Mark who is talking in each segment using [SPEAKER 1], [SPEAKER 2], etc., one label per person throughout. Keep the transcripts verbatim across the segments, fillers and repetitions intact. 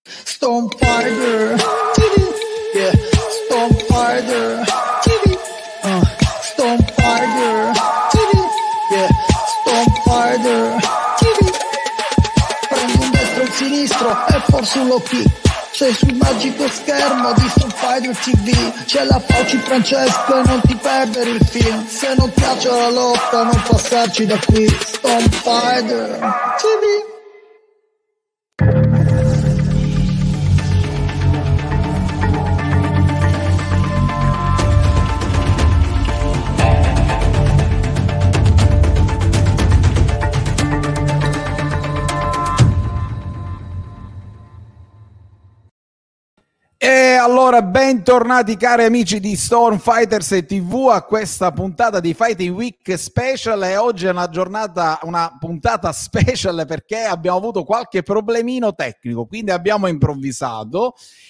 [SPEAKER 1] Storm Fighter T V, yeah. Storm Fighter T V, uh. Storm Fighter T V, yeah. Storm Fighter T V. Prendi un destro e un sinistro e forse un low kick. Sei sul magico schermo di Storm Fighter T V. C'è la Fauci Francesco e non ti perdere il film. Se non piace la lotta non passarci da qui. Storm Fighter T V.
[SPEAKER 2] E allora, bentornati cari amici di Storm Fighters T V a questa puntata di Fighting Week Special. E oggi è una giornata, una puntata special perché abbiamo avuto qualche problemino tecnico, quindi abbiamo improvvisato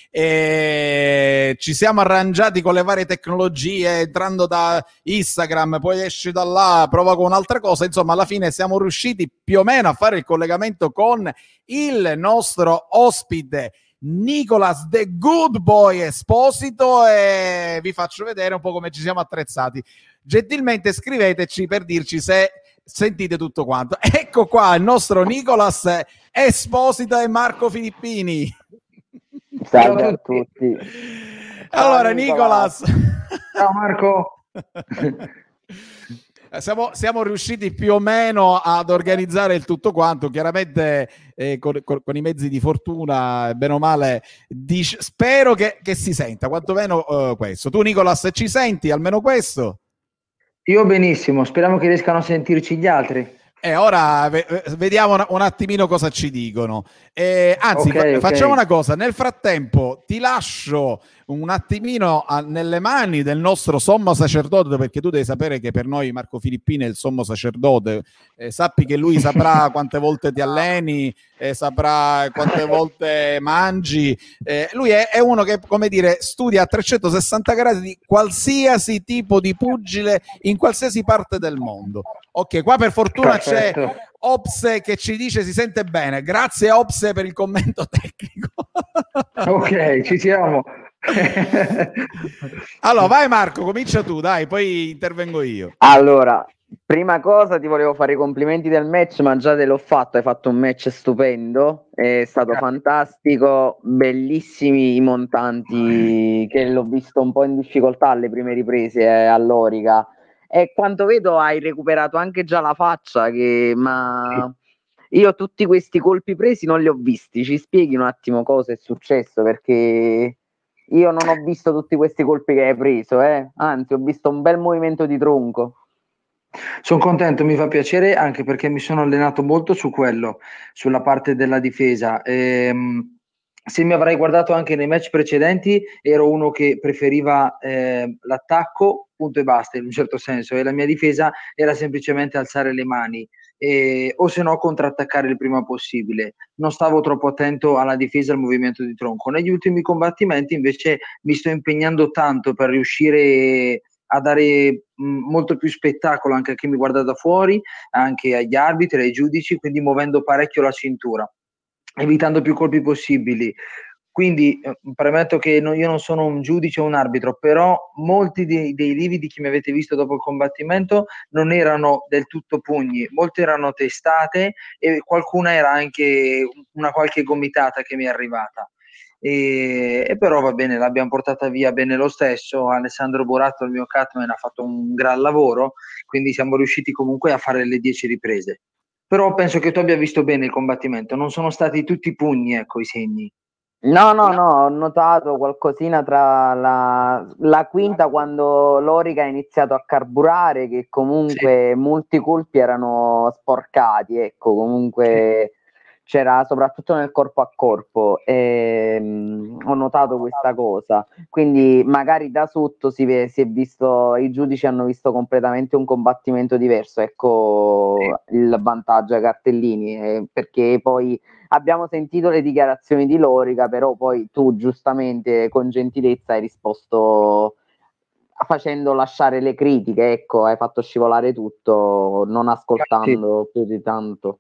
[SPEAKER 2] e ci siamo arrangiati con le varie tecnologie, entrando da Instagram, poi esci da là, prova con un'altra cosa, insomma alla fine siamo riusciti più o meno a fare il collegamento con il nostro ospite Nicolas The Good Boy Esposito, e vi faccio vedere un po' come ci siamo attrezzati. Gentilmente scriveteci per dirci se sentite tutto quanto. Ecco qua il nostro Nicolas Esposito e Marco Filippini.
[SPEAKER 3] Salve a tutti.
[SPEAKER 2] Allora, Nicolas.
[SPEAKER 3] Ciao Marco.
[SPEAKER 2] Siamo, siamo riusciti più o meno ad organizzare il tutto quanto, chiaramente eh, con, con, con i mezzi di fortuna, bene o male, dic- spero che, che si senta, quantomeno uh, questo. Tu Nicolas ci senti, almeno questo?
[SPEAKER 3] Io benissimo, speriamo che riescano a sentirci gli altri.
[SPEAKER 2] E eh, ora ve- vediamo un, un attimino cosa ci dicono. Eh, anzi,
[SPEAKER 3] okay,
[SPEAKER 2] fa-
[SPEAKER 3] okay.
[SPEAKER 2] facciamo una cosa, nel frattempo ti lascio un attimino a, nelle mani del nostro sommo sacerdote, perché tu devi sapere che per noi Marco Filippini è il sommo sacerdote. Eh, sappi che lui saprà quante volte ti alleni, eh, saprà quante volte mangi. Eh, lui è, è uno che, come dire, studia a trecentosessanta gradi di qualsiasi tipo di pugile in qualsiasi parte del mondo. Ok, qua per fortuna Perfetto. C'è Opse che ci dice si sente bene. Grazie Opse per il commento tecnico.
[SPEAKER 3] Ok, ci siamo.
[SPEAKER 2] Allora vai Marco, comincia tu, dai, poi intervengo io.
[SPEAKER 4] Allora, prima cosa ti volevo fare i complimenti del match, ma già te l'ho fatto, hai fatto un match stupendo, è stato Grazie. fantastico, bellissimi i montanti, che l'ho visto un po' in difficoltà alle prime riprese eh, all'Orica, e quanto vedo hai recuperato anche già la faccia, che ma io tutti questi colpi presi non li ho visti, ci spieghi un attimo cosa è successo, perché io non ho visto tutti questi colpi che hai preso, eh? Anzi ho visto un bel movimento di tronco.
[SPEAKER 3] Sono contento, mi fa piacere anche perché mi sono allenato molto su quello, sulla parte della difesa. Ehm, se mi avrai guardato anche nei match precedenti, ero uno che preferiva eh, l'attacco, punto e basta, in un certo senso, e la mia difesa era semplicemente alzare le mani. Eh, o se no contrattaccare il prima possibile. Non stavo troppo attento alla difesa e al movimento di tronco. Negli ultimi combattimenti invece mi sto impegnando tanto per riuscire a dare mh, molto più spettacolo anche a chi mi guarda da fuori, anche agli arbitri, ai giudici, quindi muovendo parecchio la cintura, evitando più colpi possibili. Quindi eh, premetto che no, io non sono un giudice o un arbitro, però molti dei, dei lividi che mi avete visto dopo il combattimento non erano del tutto pugni, molte erano testate e qualcuna era anche una qualche gomitata che mi è arrivata. E, e però va bene, l'abbiamo portata via bene lo stesso. Alessandro Boratto, il mio catman, ha fatto un gran lavoro, quindi siamo riusciti comunque a fare le dieci riprese. Però penso che tu abbia visto bene il combattimento, non sono stati tutti pugni, ecco i segni.
[SPEAKER 4] No, no, no, ho notato qualcosina tra la, la quinta, quando l'Orica ha iniziato a carburare, che comunque sì. molti colpi erano sporcati, ecco, comunque sì. c'era soprattutto nel corpo a corpo, e, mh, ho notato questa cosa, quindi magari da sotto si, ve, si è visto, i giudici hanno visto completamente un combattimento diverso, ecco sì. il vantaggio ai cartellini, eh, perché poi abbiamo sentito le dichiarazioni di Lorica, però poi tu giustamente con gentilezza hai risposto facendo lasciare le critiche, ecco, hai fatto scivolare tutto, non ascoltando Grazie. più di tanto.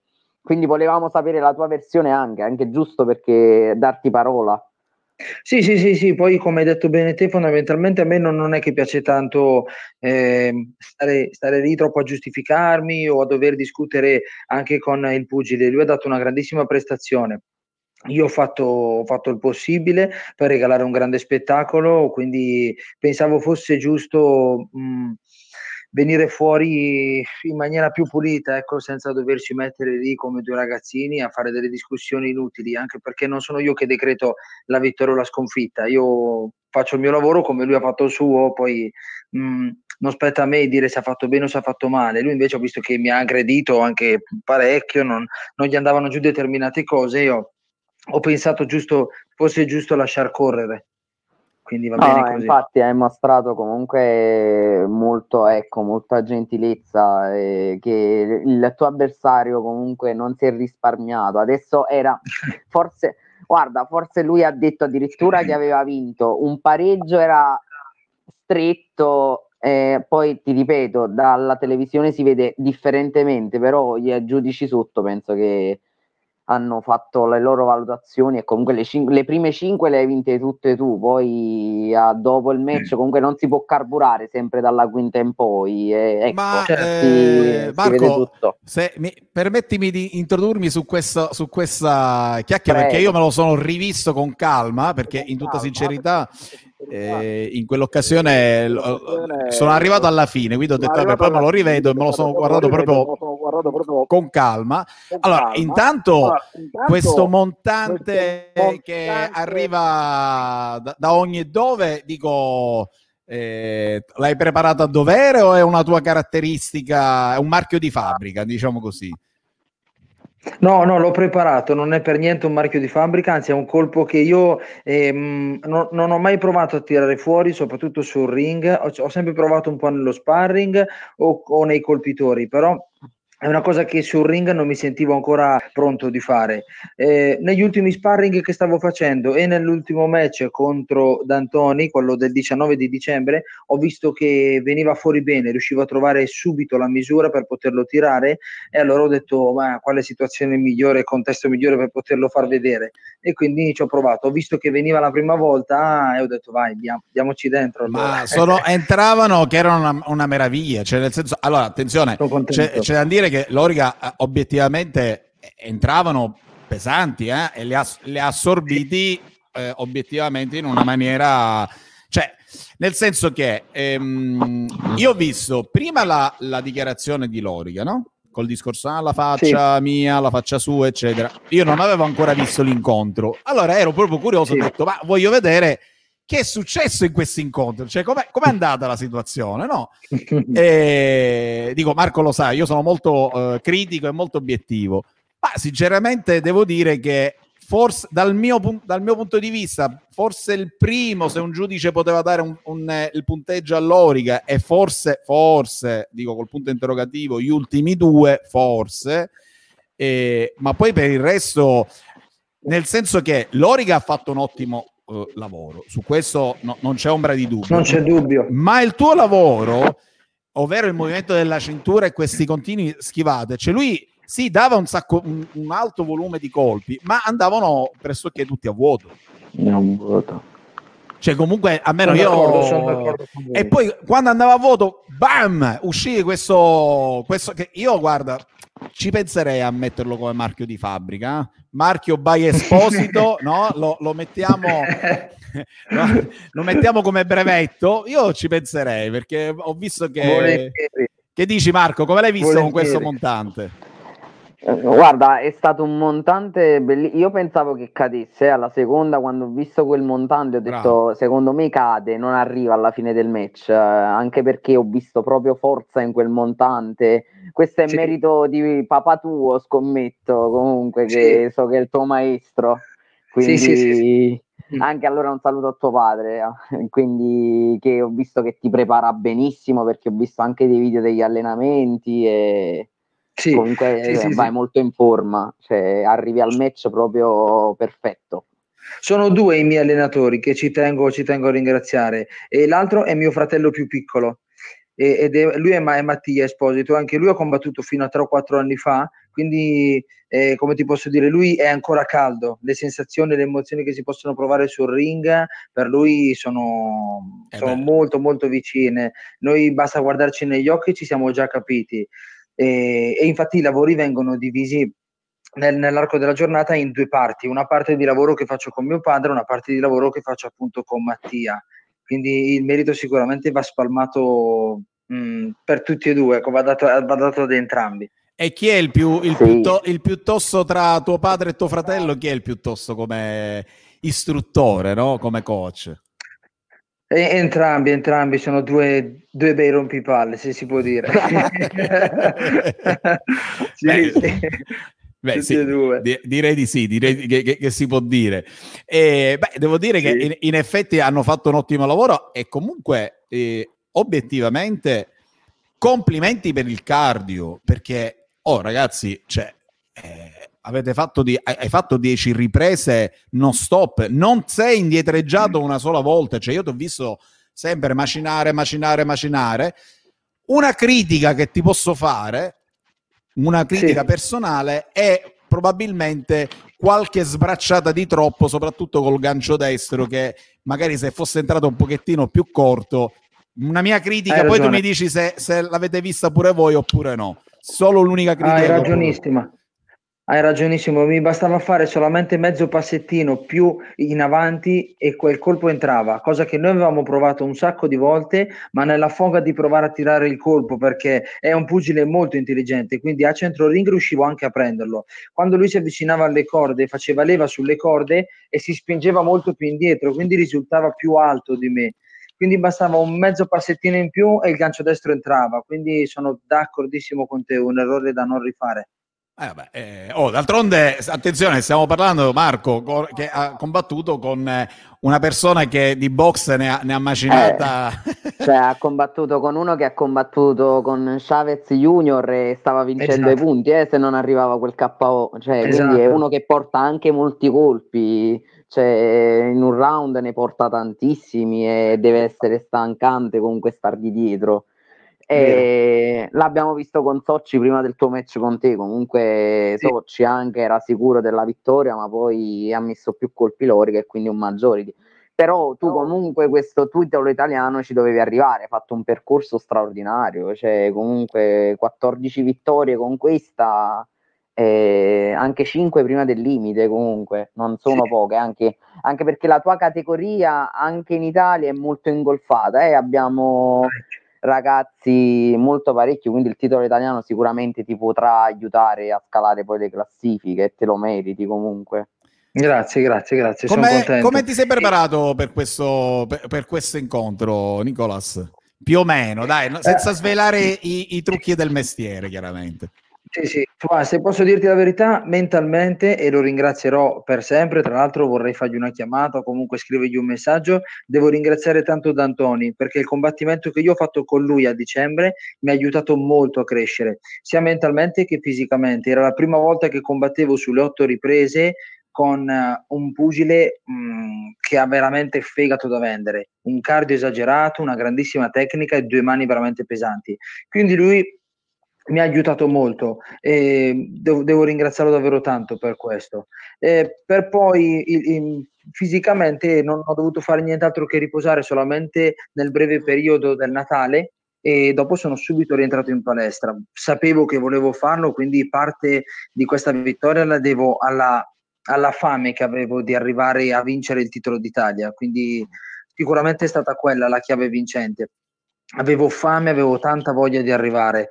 [SPEAKER 4] quindi volevamo sapere la tua versione anche, anche giusto perché darti parola.
[SPEAKER 3] Sì, sì, sì, sì, poi come hai detto bene te, fondamentalmente a me non, non è che piace tanto eh, stare, stare lì troppo a giustificarmi o a dover discutere anche con il pugile. Lui ha dato una grandissima prestazione. Io ho fatto, ho fatto il possibile per regalare un grande spettacolo, quindi pensavo fosse giusto mh, venire fuori in maniera più pulita, ecco, senza doverci mettere lì come due ragazzini a fare delle discussioni inutili, anche perché non sono io che decreto la vittoria o la sconfitta. Io faccio il mio lavoro come lui ha fatto il suo, poi mh, non spetta a me dire se ha fatto bene o se ha fatto male. Lui invece ho visto che mi ha aggredito anche parecchio, non, non gli andavano giù determinate cose, io ho pensato giusto, fosse giusto lasciar correre, quindi va
[SPEAKER 4] No,
[SPEAKER 3] bene così.
[SPEAKER 4] infatti hai mostrato comunque molto, ecco, molta gentilezza, eh, che il tuo avversario comunque non si è risparmiato. Adesso era, forse, guarda, forse lui ha detto addirittura che aveva vinto, un pareggio era stretto, eh, poi ti ripeto, dalla televisione si vede differentemente, però gli giudici sotto penso che hanno fatto le loro valutazioni e comunque le, cin- le prime cinque le hai vinte tutte tu, poi a, dopo il match comunque non si può carburare sempre dalla quinta in poi, e, ecco,
[SPEAKER 2] Ma
[SPEAKER 3] Certo.
[SPEAKER 2] eh,
[SPEAKER 4] si, si vede
[SPEAKER 2] Marco,
[SPEAKER 4] tutto.
[SPEAKER 2] se mi, permettimi di introdurmi su, questo, su questa chiacchiera,
[SPEAKER 4] Prego.
[SPEAKER 2] perché io me lo sono rivisto con calma, perché in tutta sincerità eh, in quell'occasione l- sono arrivato alla fine, quindi ho detto vabbè, poi me lo rivedo e me lo sono guardato proprio con calma. Allora, intanto questo montante che arriva da, da ogni e dove, dico... Eh, l'hai preparato a dovere o è una tua caratteristica, è un marchio di fabbrica, diciamo così?
[SPEAKER 3] No, no, l'ho preparato, non è per niente un marchio di fabbrica, anzi è un colpo che io ehm, non, non ho mai provato a tirare fuori, soprattutto sul ring, ho, ho sempre provato un po' nello sparring o, o nei colpitori, però è una cosa che sul ring non mi sentivo ancora pronto di fare. Eh, negli ultimi sparring che stavo facendo e nell'ultimo match contro D'Antoni, quello del diciannove di dicembre, ho visto che veniva fuori bene, riuscivo a trovare subito la misura per poterlo tirare e allora ho detto ma quale situazione migliore, contesto migliore per poterlo far vedere, e quindi ci ho provato, ho visto che veniva la prima volta e ho detto vai, diam- diamoci dentro allora.
[SPEAKER 2] Ma sono, entravano che erano una, una meraviglia, cioè nel senso, allora attenzione, c'è, c'è da dire che l'Orica eh, obiettivamente entravano pesanti eh, e li ha, li ha assorbiti eh, obiettivamente in una maniera, cioè nel senso che ehm, io ho visto prima la, la dichiarazione di Lorica, no? Col discorso ah, la faccia sì. mia, la faccia sua, eccetera. Io non avevo ancora visto l'incontro, allora ero proprio curioso, sì. Ho detto ma voglio vedere che è successo in questo incontro, cioè com'è, com'è andata la situazione, no? E, dico, Marco lo sa, io sono molto uh, critico e molto obiettivo, ma sinceramente devo dire che forse dal mio, dal mio punto di vista, forse il primo, se un giudice poteva dare un, un, eh, il punteggio all'Orica, e forse, forse, dico col punto interrogativo, gli ultimi due, forse, eh, ma poi per il resto, nel senso che l'Orica ha fatto un ottimo Uh, lavoro, su questo no, non c'è ombra di dubbio,
[SPEAKER 3] non c'è dubbio,
[SPEAKER 2] ma il tuo lavoro, ovvero il movimento della cintura e questi continui schivate, cioè lui sì dava un sacco un, un alto volume di colpi, ma andavano pressoché tutti a vuoto,
[SPEAKER 4] non vuoto,
[SPEAKER 2] cioè comunque almeno
[SPEAKER 3] sono
[SPEAKER 2] io
[SPEAKER 3] d'accordo, sono d'accordo con voi.
[SPEAKER 2] E poi quando andava a vuoto bam, uscì questo, questo che io guarda ci penserei a metterlo come marchio di fabbrica, eh? Marchio by Esposito, no? Lo, lo mettiamo no? Lo mettiamo come brevetto, io ci penserei perché ho visto che
[SPEAKER 3] Volentieri.
[SPEAKER 2] Che dici Marco, come l'hai visto
[SPEAKER 3] Volentieri.
[SPEAKER 2] con questo montante?
[SPEAKER 4] Guarda, è stato un montante bellissimo. Io pensavo che cadesse alla seconda, quando ho visto quel montante ho detto Bravo. Secondo me cade, non arriva alla fine del match, eh, anche perché ho visto proprio forza in quel montante. Questo è sì. merito di papà tuo, scommetto, comunque, che sì. so che è il tuo maestro, quindi sì, sì, sì. Anche allora un saluto a tuo padre, eh. Quindi che ho visto che ti prepara benissimo, perché ho visto anche dei video degli allenamenti e Sì, comunque sì, sì, vai sì. molto in forma, cioè arrivi al match proprio perfetto.
[SPEAKER 3] Sono due i miei allenatori che ci tengo, ci tengo a ringraziare, e l'altro è mio fratello più piccolo, e, ed è, lui è, è Mattia Esposito, anche lui ha combattuto fino a tre o quattro anni fa, quindi eh, come ti posso dire, lui è ancora caldo, le sensazioni, le emozioni che si possono provare sul ring per lui sono,
[SPEAKER 2] Eh
[SPEAKER 3] sono
[SPEAKER 2] beh.
[SPEAKER 3] molto molto vicine, noi basta guardarci negli occhi e ci siamo già capiti, e, e infatti i lavori vengono divisi nel, nell'arco della giornata in due parti, una parte di lavoro che faccio con mio padre, una parte di lavoro che faccio appunto con Mattia, quindi il merito sicuramente va spalmato mh, per tutti e due, va dato, va dato ad entrambi.
[SPEAKER 2] E chi è il più, il,
[SPEAKER 4] Sì.
[SPEAKER 2] piutto, il piuttosto tra tuo padre e tuo fratello, chi è il piuttosto come istruttore, no? Come coach?
[SPEAKER 3] E, entrambi, entrambi sono due, due bei rompipalle, se si può dire. Sì,
[SPEAKER 2] Beh,
[SPEAKER 3] sì.
[SPEAKER 2] beh,
[SPEAKER 3] Tutti
[SPEAKER 2] sì,
[SPEAKER 3] e due.
[SPEAKER 2] di- direi di sì, direi che, che- che si può dire. E, beh, devo dire
[SPEAKER 3] Sì.
[SPEAKER 2] che in, in effetti hanno fatto un ottimo lavoro e comunque eh, obiettivamente complimenti per il cardio, perché, oh ragazzi, cioè, eh, avete fatto di, hai hai fatto dieci riprese non stop, non sei indietreggiato una sola volta, cioè io ti ho visto sempre macinare, macinare, macinare. Una critica che ti posso fare, una critica
[SPEAKER 3] Sì.
[SPEAKER 2] personale, è probabilmente qualche sbracciata di troppo, soprattutto col gancio destro, che magari se fosse entrato un pochettino più corto. Una mia critica,
[SPEAKER 3] Hai
[SPEAKER 2] poi tu
[SPEAKER 3] ragione.
[SPEAKER 2] mi dici se, se l'avete vista pure voi oppure no. Solo l'unica critica
[SPEAKER 3] Hai
[SPEAKER 2] che ho potuto-
[SPEAKER 3] ragionissima. Hai ragionissimo, mi bastava fare solamente mezzo passettino più in avanti e quel colpo entrava, cosa che noi avevamo provato un sacco di volte, ma nella foga di provare a tirare il colpo, perché è un pugile molto intelligente, quindi a centro ring riuscivo anche a prenderlo. Quando lui si avvicinava alle corde, faceva leva sulle corde e si spingeva molto più indietro, quindi risultava più alto di me. Quindi bastava un mezzo passettino in più e il gancio destro entrava, quindi sono d'accordissimo con te, un errore da non rifare.
[SPEAKER 2] Eh, vabbè, eh, oh, d'altronde, attenzione, stiamo parlando, Marco, co- che ha combattuto con eh, una persona che di box ne ha, ne ha macinata.
[SPEAKER 4] Eh, cioè ha combattuto con uno che ha combattuto con Chavez Junior e stava vincendo
[SPEAKER 3] Esatto.
[SPEAKER 4] i punti, eh, se non arrivava quel K O, cioè, quindi è
[SPEAKER 3] Esatto.
[SPEAKER 4] uno che porta anche molti colpi, cioè, in un round ne porta tantissimi e deve essere stancante comunque stargli dietro. E l'abbiamo visto con Socci prima del tuo match con te, comunque
[SPEAKER 3] Sì.
[SPEAKER 4] Socci anche era sicuro della vittoria, ma poi ha messo più colpi Lorica e quindi un majority. Però tu comunque questo titolo italiano ci dovevi arrivare, hai fatto un percorso straordinario, cioè comunque quattordici vittorie con questa, eh, anche cinque prima del limite, comunque non sono
[SPEAKER 3] Sì.
[SPEAKER 4] poche, anche, anche perché la tua categoria anche in Italia è molto ingolfata, eh? Abbiamo ragazzi molto parecchio, quindi il titolo italiano sicuramente ti potrà aiutare a scalare poi le classifiche e te lo meriti comunque.
[SPEAKER 3] Grazie, grazie, grazie, sono
[SPEAKER 2] Come,
[SPEAKER 3] contento.
[SPEAKER 2] come ti sei preparato per questo, per, per questo incontro, Nicolas? Più o meno, dai, no- senza
[SPEAKER 3] Eh,
[SPEAKER 2] svelare i, i trucchi del mestiere, chiaramente.
[SPEAKER 3] Sì, sì, ma se posso dirti la verità, mentalmente, e lo ringrazierò per sempre, tra l'altro vorrei fargli una chiamata o comunque scrivergli un messaggio, devo ringraziare tanto D'Antoni, perché il combattimento che io ho fatto con lui a dicembre mi ha aiutato molto a crescere, sia mentalmente che fisicamente. Era la prima volta che combattevo sulle otto riprese con uh, un pugile mh, che ha veramente fegato da vendere, un cardio esagerato, una grandissima tecnica e due mani veramente pesanti. Quindi lui mi ha aiutato molto e devo, devo ringraziarlo davvero tanto per questo. Eh, per poi il, il, fisicamente non ho dovuto fare nient'altro che riposare solamente nel breve periodo del Natale e dopo sono subito rientrato in palestra. Sapevo che volevo farlo, quindi parte di questa vittoria la devo alla, alla fame che avevo di arrivare a vincere il titolo d'Italia, quindi sicuramente è stata quella la chiave vincente. Avevo fame, avevo tanta voglia di arrivare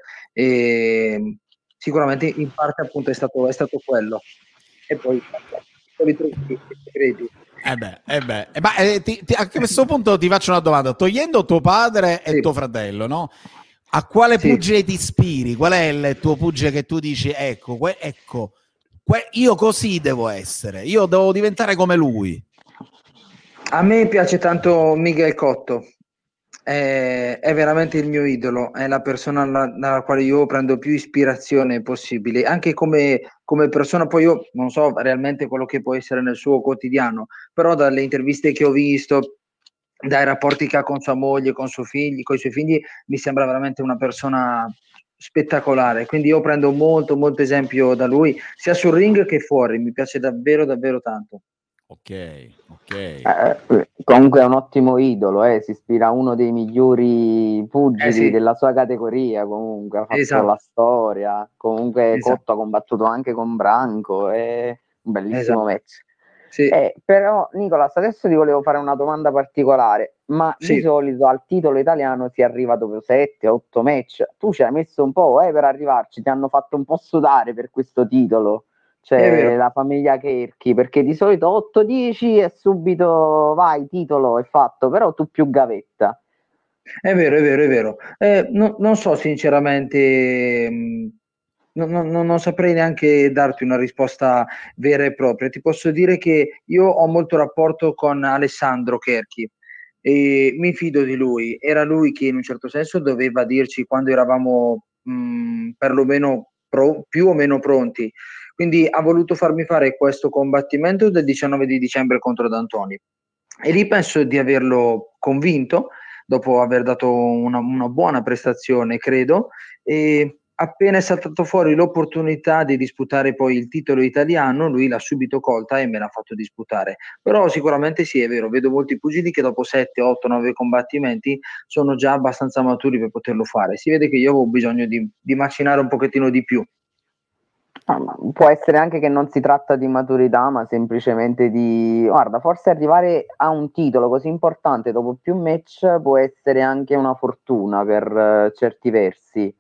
[SPEAKER 3] e sicuramente in parte appunto è stato, è stato quello. E poi i trucchi, i segreti.
[SPEAKER 2] Eh beh, eh beh. Eh, ma eh, ti- ti- a questo punto ti faccio una domanda. Togliendo tuo padre e
[SPEAKER 3] Sì,
[SPEAKER 2] tuo fratello, no? A quale
[SPEAKER 3] sì.
[SPEAKER 2] pugile ti ispiri? Qual è il tuo pugile che tu dici, ecco, que- ecco que- io così devo essere, io devo diventare come lui?
[SPEAKER 3] A me piace tanto Miguel Cotto, è, è veramente il mio idolo, è la persona alla- dalla quale io prendo più ispirazione possibile, anche come, come persona. Poi io non so realmente quello che può essere nel suo quotidiano, però dalle interviste che ho visto, dai rapporti che ha con sua moglie, con suo figli, con i suoi figli, mi sembra veramente una persona spettacolare, quindi io prendo molto molto esempio da lui, sia sul ring che fuori, mi piace davvero davvero tanto.
[SPEAKER 2] Ok, ok.
[SPEAKER 4] Eh, comunque è un ottimo idolo, eh. Si ispira a uno dei migliori pugili
[SPEAKER 3] Eh sì,
[SPEAKER 4] della sua categoria, comunque ha fatto
[SPEAKER 3] esatto,
[SPEAKER 4] la storia, comunque
[SPEAKER 3] esatto,
[SPEAKER 4] Cotto ha combattuto anche con Branco, è un bellissimo
[SPEAKER 3] esatto.
[SPEAKER 4] match.
[SPEAKER 3] Sì,
[SPEAKER 4] Eh, però Nicolas, adesso ti volevo fare una domanda particolare, ma di
[SPEAKER 3] sì.
[SPEAKER 4] solito al titolo italiano si arriva dopo sette otto match, tu ci hai messo un po' eh, per arrivarci, ti hanno fatto un po' sudare per questo titolo,
[SPEAKER 3] È vero,
[SPEAKER 4] cioè la famiglia Cherchi, perché di solito otto dieci e subito vai, titolo è fatto, però tu più gavetta.
[SPEAKER 3] è vero, è vero, è vero. Eh, no- non so sinceramente, mh, no- no- no- non saprei neanche darti una risposta vera e propria. Ti posso dire che io ho molto rapporto con Alessandro Cherchi e mi fido di lui. Era lui che in un certo senso doveva dirci quando eravamo mh, perlomeno pro- più o meno pronti. Quindi ha voluto farmi fare questo combattimento del diciannove di dicembre contro D'Antoni. E lì penso di averlo convinto dopo aver dato una, una buona prestazione, credo, e appena è saltato fuori l'opportunità di disputare poi il titolo italiano, lui l'ha subito colta e me l'ha fatto disputare. Però sicuramente sì, è vero, vedo molti pugili che dopo sette, otto, nove combattimenti sono già abbastanza maturi per poterlo fare. Si vede che io avevo bisogno di, di macinare un pochettino di più.
[SPEAKER 4] Ah, ma può essere anche che non si tratta di maturità, ma semplicemente di, guarda, forse arrivare a un titolo così importante dopo più match può essere anche una fortuna per eh, certi versi.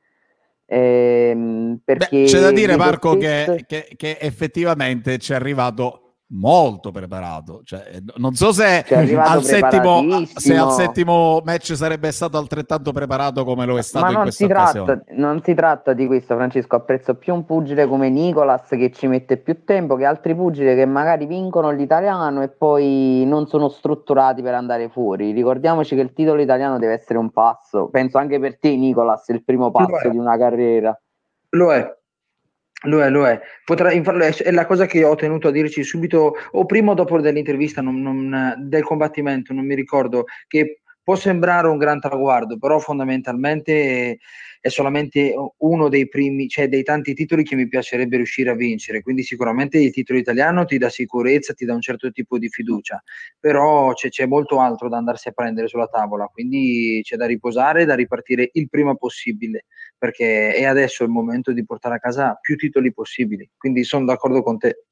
[SPEAKER 4] Ehm,
[SPEAKER 2] Beh, c'è da
[SPEAKER 4] perché
[SPEAKER 2] dire,
[SPEAKER 4] vedo
[SPEAKER 2] Marco,
[SPEAKER 4] spesso.
[SPEAKER 2] che, che- che effettivamente ci è arrivato molto preparato. Cioè, non so se
[SPEAKER 4] Ci è arrivato
[SPEAKER 2] al settimo, se al
[SPEAKER 4] preparatissimo.
[SPEAKER 2] settimo match sarebbe stato altrettanto preparato come lo è
[SPEAKER 4] Ma
[SPEAKER 2] stato in
[SPEAKER 4] non
[SPEAKER 2] questa
[SPEAKER 4] si
[SPEAKER 2] occasione.
[SPEAKER 4] tratta, non si tratta di questo, Francesco. Apprezzo più un pugile come Nicolas che ci mette più tempo che altri pugili che magari vincono l'italiano e poi non sono strutturati per andare fuori. Ricordiamoci che il titolo italiano deve essere un passo. Penso anche per te, Nicolas, il primo
[SPEAKER 3] Lo
[SPEAKER 4] passo
[SPEAKER 3] è,
[SPEAKER 4] di una carriera.
[SPEAKER 3] lo è. Lo è, lo è. Potrà, infatti, è la cosa che ho tenuto a dirci subito, o prima o dopo dell'intervista, non- non- del combattimento, non mi ricordo, che può sembrare un gran traguardo, però fondamentalmente è solamente uno dei primi, cioè dei tanti titoli che mi piacerebbe riuscire a vincere. Quindi sicuramente il titolo italiano ti dà sicurezza, ti dà un certo tipo di fiducia, però c'è, c'è molto altro da andarsi a prendere sulla tavola, quindi c'è da riposare, da ripartire il prima possibile perché è adesso il momento di portare a casa più titoli possibili, quindi sono d'accordo con te.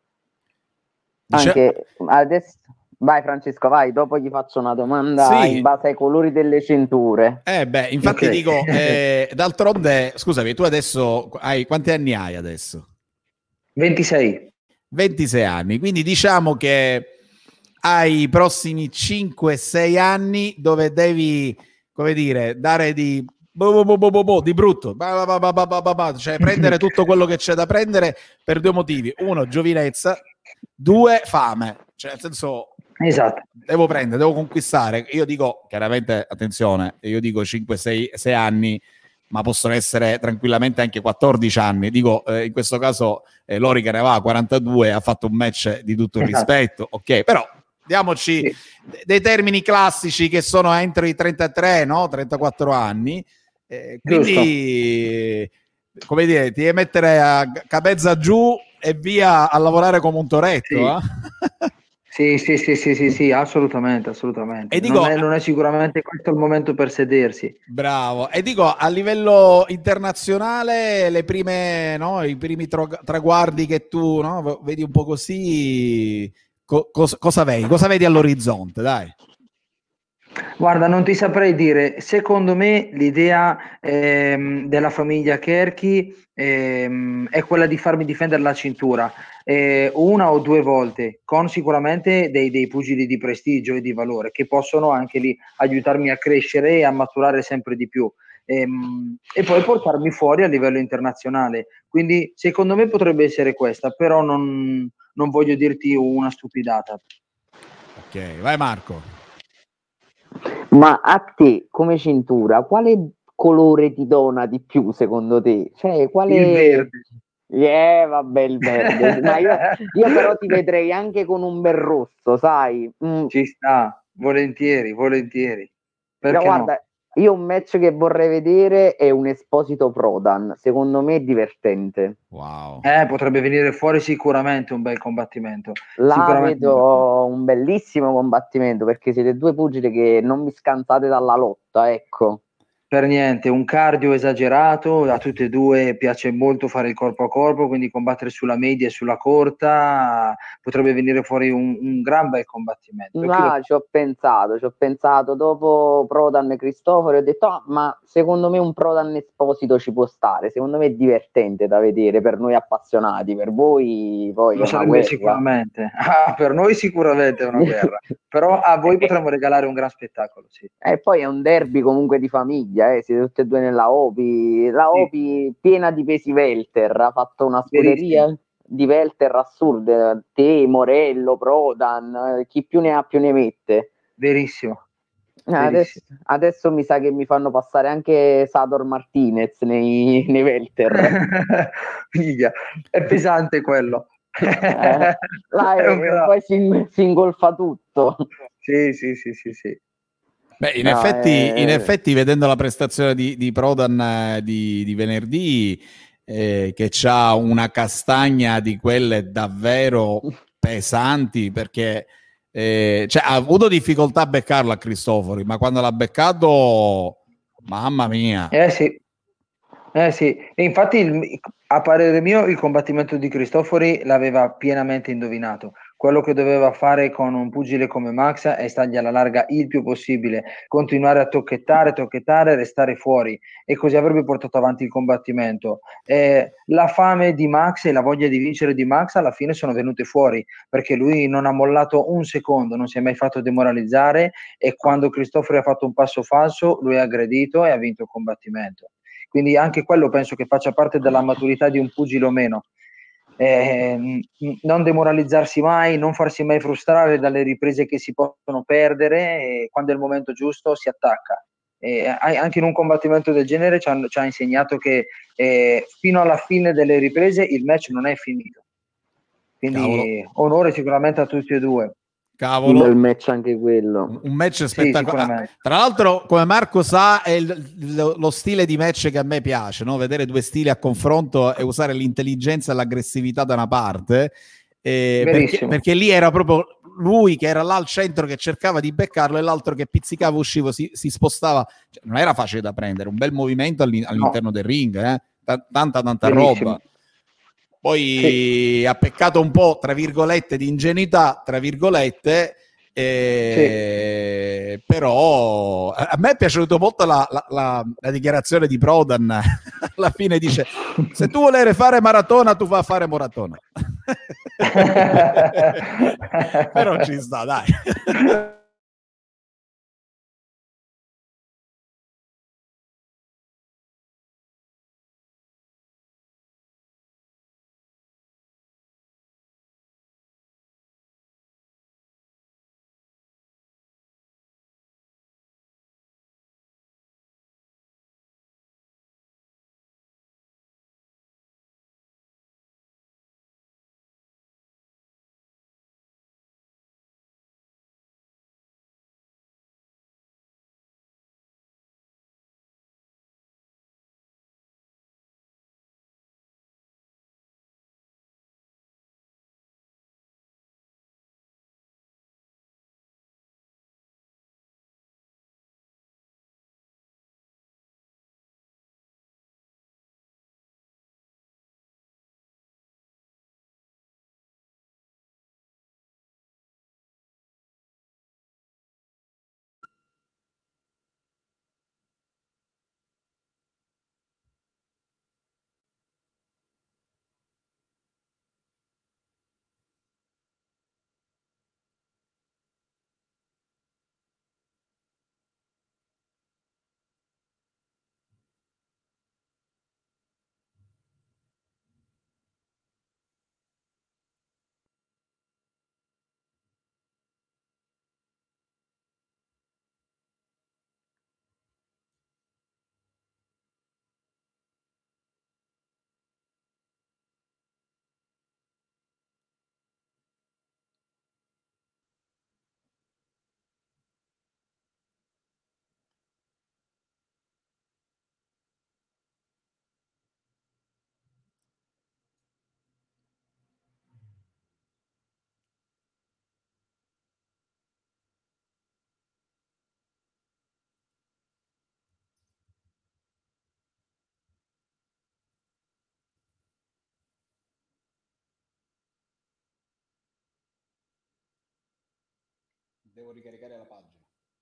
[SPEAKER 2] Dice...
[SPEAKER 4] Anche adesso, vai Francesco, vai, dopo gli faccio una domanda in
[SPEAKER 2] Sì,
[SPEAKER 4] base ai colori delle cinture.
[SPEAKER 2] eh beh,
[SPEAKER 3] Ok.
[SPEAKER 2] infatti dico, eh, d'altronde, scusami, tu adesso hai quanti anni hai adesso?
[SPEAKER 3] ventisei.
[SPEAKER 2] ventisei anni, quindi diciamo che hai i prossimi cinque sei anni dove devi, come dire, dare di bo bo bo bo bo bo, di brutto, ba ba ba ba ba ba ba, cioè prendere tutto quello che c'è da prendere per due motivi: uno, giovinezza; due, fame. Cioè, nel senso,
[SPEAKER 3] Esatto.
[SPEAKER 2] devo prendere, devo conquistare. Io dico, chiaramente, attenzione, io dico cinque sei anni, ma possono essere tranquillamente anche quattordici anni. Dico, eh, in questo caso eh, Lorica ne va a quarantadue, ha fatto un match di tutto il
[SPEAKER 3] Esatto.
[SPEAKER 2] rispetto, ok, però diamoci
[SPEAKER 3] Sì.
[SPEAKER 2] dei termini classici che sono entro i trentatré, no? trentaquattro anni, eh, quindi come dire, ti devi mettere a cabezza giù e via a lavorare come un toretto,
[SPEAKER 3] Sì.
[SPEAKER 2] eh?
[SPEAKER 3] Sì, sì, sì, sì, sì, sì, assolutamente, assolutamente.
[SPEAKER 2] E dico,
[SPEAKER 3] Non è, non è sicuramente questo il momento per sedersi.
[SPEAKER 2] bravo, e dico, a livello internazionale, le prime, no, i primi tro- traguardi che tu, no, vedi un po' così, co- cos- cosa vedi? Cosa vedi all'orizzonte, dai?
[SPEAKER 3] Guarda, non ti saprei dire, secondo me l'idea ehm, della famiglia Cherchi ehm, è quella di farmi difendere la cintura eh, una o due volte, con sicuramente dei, dei pugili di prestigio e di valore che possono anche lì aiutarmi a crescere e a maturare sempre di più. Ehm, e poi portarmi fuori a livello internazionale. Quindi secondo me potrebbe essere questa, però non, non voglio dirti una stupidata.
[SPEAKER 2] Ok, vai Marco.
[SPEAKER 4] Ma a te, come cintura, quale colore ti dona di più secondo te? Cioè,
[SPEAKER 3] Il
[SPEAKER 4] quale.
[SPEAKER 3] verde.
[SPEAKER 4] Eh, vabbè, il verde. Ma io, io però ti vedrei anche con un bel rosso, sai? Mm.
[SPEAKER 3] Ci sta, volentieri, volentieri.
[SPEAKER 4] No,
[SPEAKER 3] Perché no?
[SPEAKER 4] guarda, Io un match che vorrei vedere è un Esposito Prodan, secondo me è divertente.
[SPEAKER 2] Wow.
[SPEAKER 3] Eh, potrebbe venire fuori sicuramente un bel combattimento.
[SPEAKER 4] Là
[SPEAKER 3] Sicuramente un bel combattimento.
[SPEAKER 4] vedo un bellissimo combattimento perché siete due pugili che non vi scansate dalla lotta, ecco.
[SPEAKER 3] Per niente, un cardio esagerato, a tutte e due piace molto fare il corpo a corpo, quindi combattere sulla media e sulla corta potrebbe venire fuori un, un gran bel combattimento. Chi lo
[SPEAKER 4] Ma
[SPEAKER 3] sa?
[SPEAKER 4] ci ho pensato, ci ho pensato dopo Prodan e Cristoforo, ho detto, ah, ma secondo me un Prodan Esposito ci può stare, secondo me è divertente da vedere per noi appassionati, per voi poi
[SPEAKER 3] Lo
[SPEAKER 4] è una
[SPEAKER 3] sarebbe
[SPEAKER 4] guerra.
[SPEAKER 3] sicuramente. Ah, per noi sicuramente è una guerra, però a voi potremmo regalare un gran spettacolo, sì.
[SPEAKER 4] E poi è un derby comunque di famiglia, eh, siete tutte e due nella Opi, la
[SPEAKER 3] Sì,
[SPEAKER 4] Opi piena di pesi welter, ha fatto una
[SPEAKER 3] verissimo,
[SPEAKER 4] scuderia di welter assurda, te, Morello, Prodan, eh, chi più ne ha più ne mette.
[SPEAKER 3] verissimo,
[SPEAKER 4] Adesso,
[SPEAKER 3] verissimo.
[SPEAKER 4] adesso mi sa che mi fanno passare anche Sador Martinez nei, nei welter.
[SPEAKER 3] Figlia, è pesante quello.
[SPEAKER 4] Eh, là
[SPEAKER 3] È un
[SPEAKER 4] è-
[SPEAKER 3] pela-
[SPEAKER 4] poi si, si ingolfa tutto.
[SPEAKER 3] Sì, sì, sì, sì, sì.
[SPEAKER 2] Beh, in
[SPEAKER 4] No,
[SPEAKER 2] effetti, in
[SPEAKER 4] eh,
[SPEAKER 2] effetti, vedendo la prestazione di, di Prodan eh, di, di venerdì, eh, che c'ha una castagna di quelle davvero pesanti, perché eh, cioè, ha avuto difficoltà a beccarlo a Cristofori, ma quando l'ha beccato, mamma mia.
[SPEAKER 3] Eh sì, eh sì. E infatti il- a parere mio il combattimento di Cristofori l'aveva pienamente indovinato. Quello che doveva fare con un pugile come Max è stargli alla larga il più possibile, continuare a tocchettare, tocchettare, restare fuori e così avrebbe portato avanti il combattimento. Eh, la fame di Max e la voglia di vincere di Max alla fine sono venute fuori perché lui non ha mollato un secondo, non si è mai fatto demoralizzare e quando Cristofori ha fatto un passo falso lui ha aggredito e ha vinto il combattimento. Quindi anche quello penso che faccia parte della maturità di un pugile o meno. Eh, non demoralizzarsi mai, non farsi mai frustrare dalle riprese che si possono perdere e quando è il momento giusto si attacca. E anche in un combattimento del genere ci ha, ci ha insegnato che eh, fino alla fine delle riprese il match non è finito.
[SPEAKER 2] Cavolo,
[SPEAKER 3] Quindi onore sicuramente a tutti e due.
[SPEAKER 4] un bel
[SPEAKER 2] cavolo.
[SPEAKER 4] match anche quello.
[SPEAKER 2] Un match
[SPEAKER 3] Sì,
[SPEAKER 2] spettacolare.
[SPEAKER 3] sicuramente.
[SPEAKER 2] Tra l'altro, come Marco sa, è il, lo, lo stile di match che a me piace, no? Vedere due stili a confronto e usare l'intelligenza e l'aggressività da una parte, eh, perché,
[SPEAKER 3] Verissimo.
[SPEAKER 2] perché lì era proprio lui che era là al centro che cercava di beccarlo e l'altro che pizzicava, usciva, si, si spostava. Cioè, non era facile da prendere, un bel movimento all'interno
[SPEAKER 3] No,
[SPEAKER 2] del ring, eh? T- tanta, tanta roba.
[SPEAKER 3] verissimo. Sì.
[SPEAKER 2] Poi ha peccato un po', tra virgolette, di ingenuità, tra virgolette,
[SPEAKER 3] Sì.
[SPEAKER 2] eh, però a me è piaciuta molto la, la, la, la dichiarazione di Prodan. Alla fine dice: se tu vuoi fare maratona, tu vai a fare maratona. Però ci sta, dai. Devo ricaricare la pagina.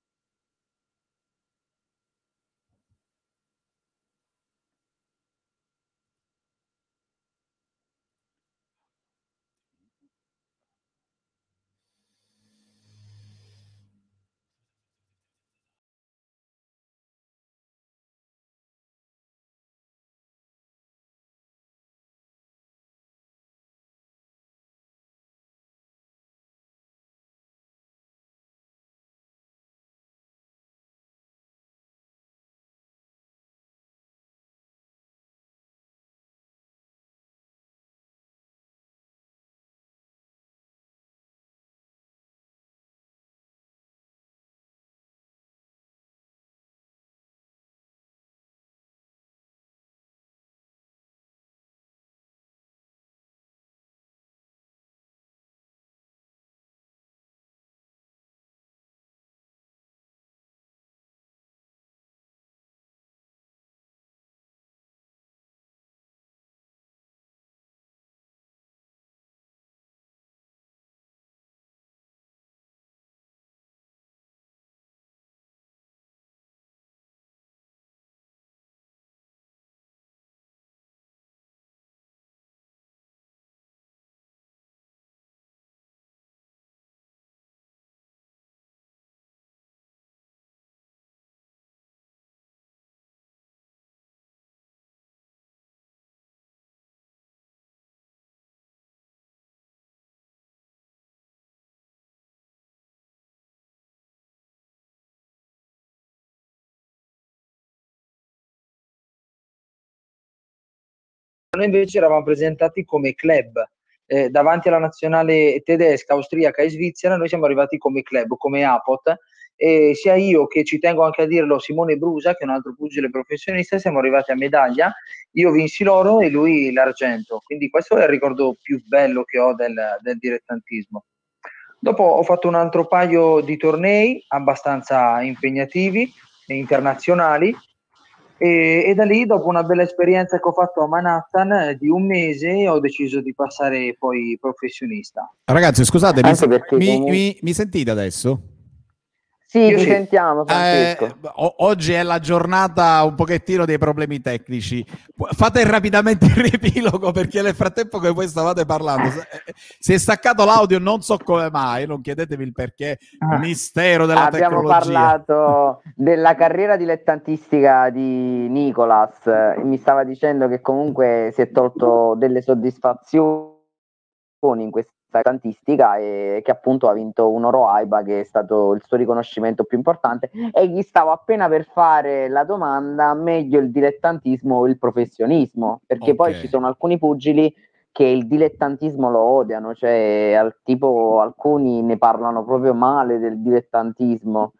[SPEAKER 3] Noi invece eravamo presentati come club, eh, davanti alla nazionale tedesca, austriaca e svizzera. Noi siamo arrivati come club, come A P O T, e sia io che, ci tengo anche a dirlo, Simone Brusa, che è un altro pugile professionista, siamo arrivati a medaglia. Io vinsi l'oro e lui l'argento, quindi questo è il ricordo più bello che ho del, del dilettantismo. Dopo ho fatto un altro paio di tornei abbastanza impegnativi e internazionali, e, e da lì, dopo una bella esperienza che ho fatto a Manhattan eh, di un mese, ho deciso di passare poi professionista.
[SPEAKER 2] Ragazzi, scusate, mi,
[SPEAKER 4] Anche perché
[SPEAKER 2] mi,
[SPEAKER 4] comunque-
[SPEAKER 2] mi, mi sentite adesso?
[SPEAKER 4] Sì,
[SPEAKER 3] Io
[SPEAKER 4] ti
[SPEAKER 3] sì.
[SPEAKER 4] sentiamo, Francesco.
[SPEAKER 2] Eh, o- oggi è la giornata un pochettino dei problemi tecnici. Pu- Fate rapidamente il riepilogo, perché nel frattempo che voi stavate parlando se- eh, si è staccato l'audio, non so come mai, non chiedetevi il perché,
[SPEAKER 3] Ah.
[SPEAKER 2] mistero della
[SPEAKER 4] Abbiamo
[SPEAKER 2] tecnologia.
[SPEAKER 4] parlato della carriera dilettantistica di Nicolas e mi stava dicendo che comunque si è tolto delle soddisfazioni in questa dilettantistica e che appunto ha vinto un oro AIBA, che è stato il suo riconoscimento più importante, e gli stavo appena per fare la domanda: meglio il dilettantismo o il professionismo? Perché
[SPEAKER 2] Ok.
[SPEAKER 4] poi ci sono alcuni pugili che il dilettantismo lo odiano, cioè al tipo alcuni ne parlano proprio male del dilettantismo.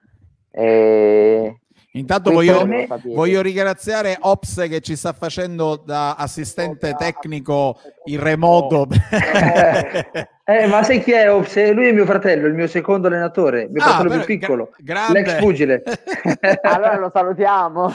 [SPEAKER 4] E
[SPEAKER 2] Intanto
[SPEAKER 4] questo
[SPEAKER 2] voglio,
[SPEAKER 4] volevo sapere.
[SPEAKER 2] voglio ringraziare Ops che ci sta facendo da assistente tecnico in remoto.
[SPEAKER 3] Eh, ma sai chi è Ops? Lui è mio fratello, il mio secondo allenatore, mio
[SPEAKER 2] Ah,
[SPEAKER 3] fratello
[SPEAKER 2] però,
[SPEAKER 3] più piccolo,
[SPEAKER 2] gra-
[SPEAKER 3] l'ex
[SPEAKER 2] grande.
[SPEAKER 3] pugile.
[SPEAKER 4] Allora lo salutiamo.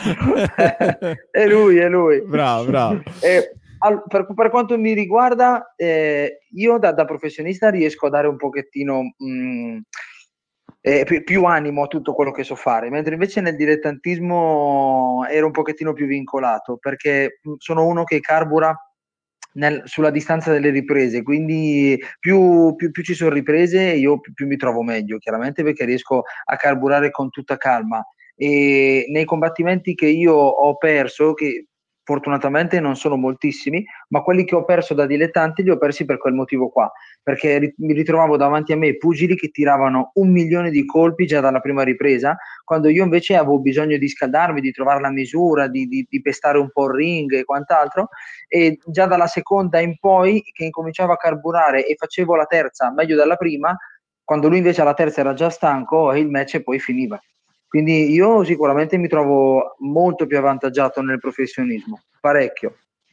[SPEAKER 3] È lui, è lui.
[SPEAKER 2] Bravo, bravo.
[SPEAKER 3] Eh, al- per, per quanto mi riguarda, eh, io da, da professionista riesco a dare un pochettino mh, eh, più, più animo a tutto quello che so fare, mentre invece nel dilettantismo ero un pochettino più vincolato, perché mh, sono uno che carbura nel- sulla distanza delle riprese, quindi più, più- più ci sono riprese io più, più mi trovo meglio, chiaramente, perché riesco a carburare con tutta calma. E nei combattimenti che io ho perso, che fortunatamente non sono moltissimi, ma quelli che ho perso da dilettanti li ho persi per quel motivo qua, perché ri- mi ritrovavo davanti a me pugili che tiravano un milione di colpi già dalla prima ripresa, quando io invece avevo bisogno di scaldarmi, di trovare la misura, di, di, di pestare un po' il ring e quant'altro, e già dalla seconda in poi, che incominciavo a carburare e facevo la terza meglio della prima, quando lui invece alla terza era già stanco, e il match poi finiva. Quindi io sicuramente mi trovo molto più avvantaggiato nel professionismo, parecchio.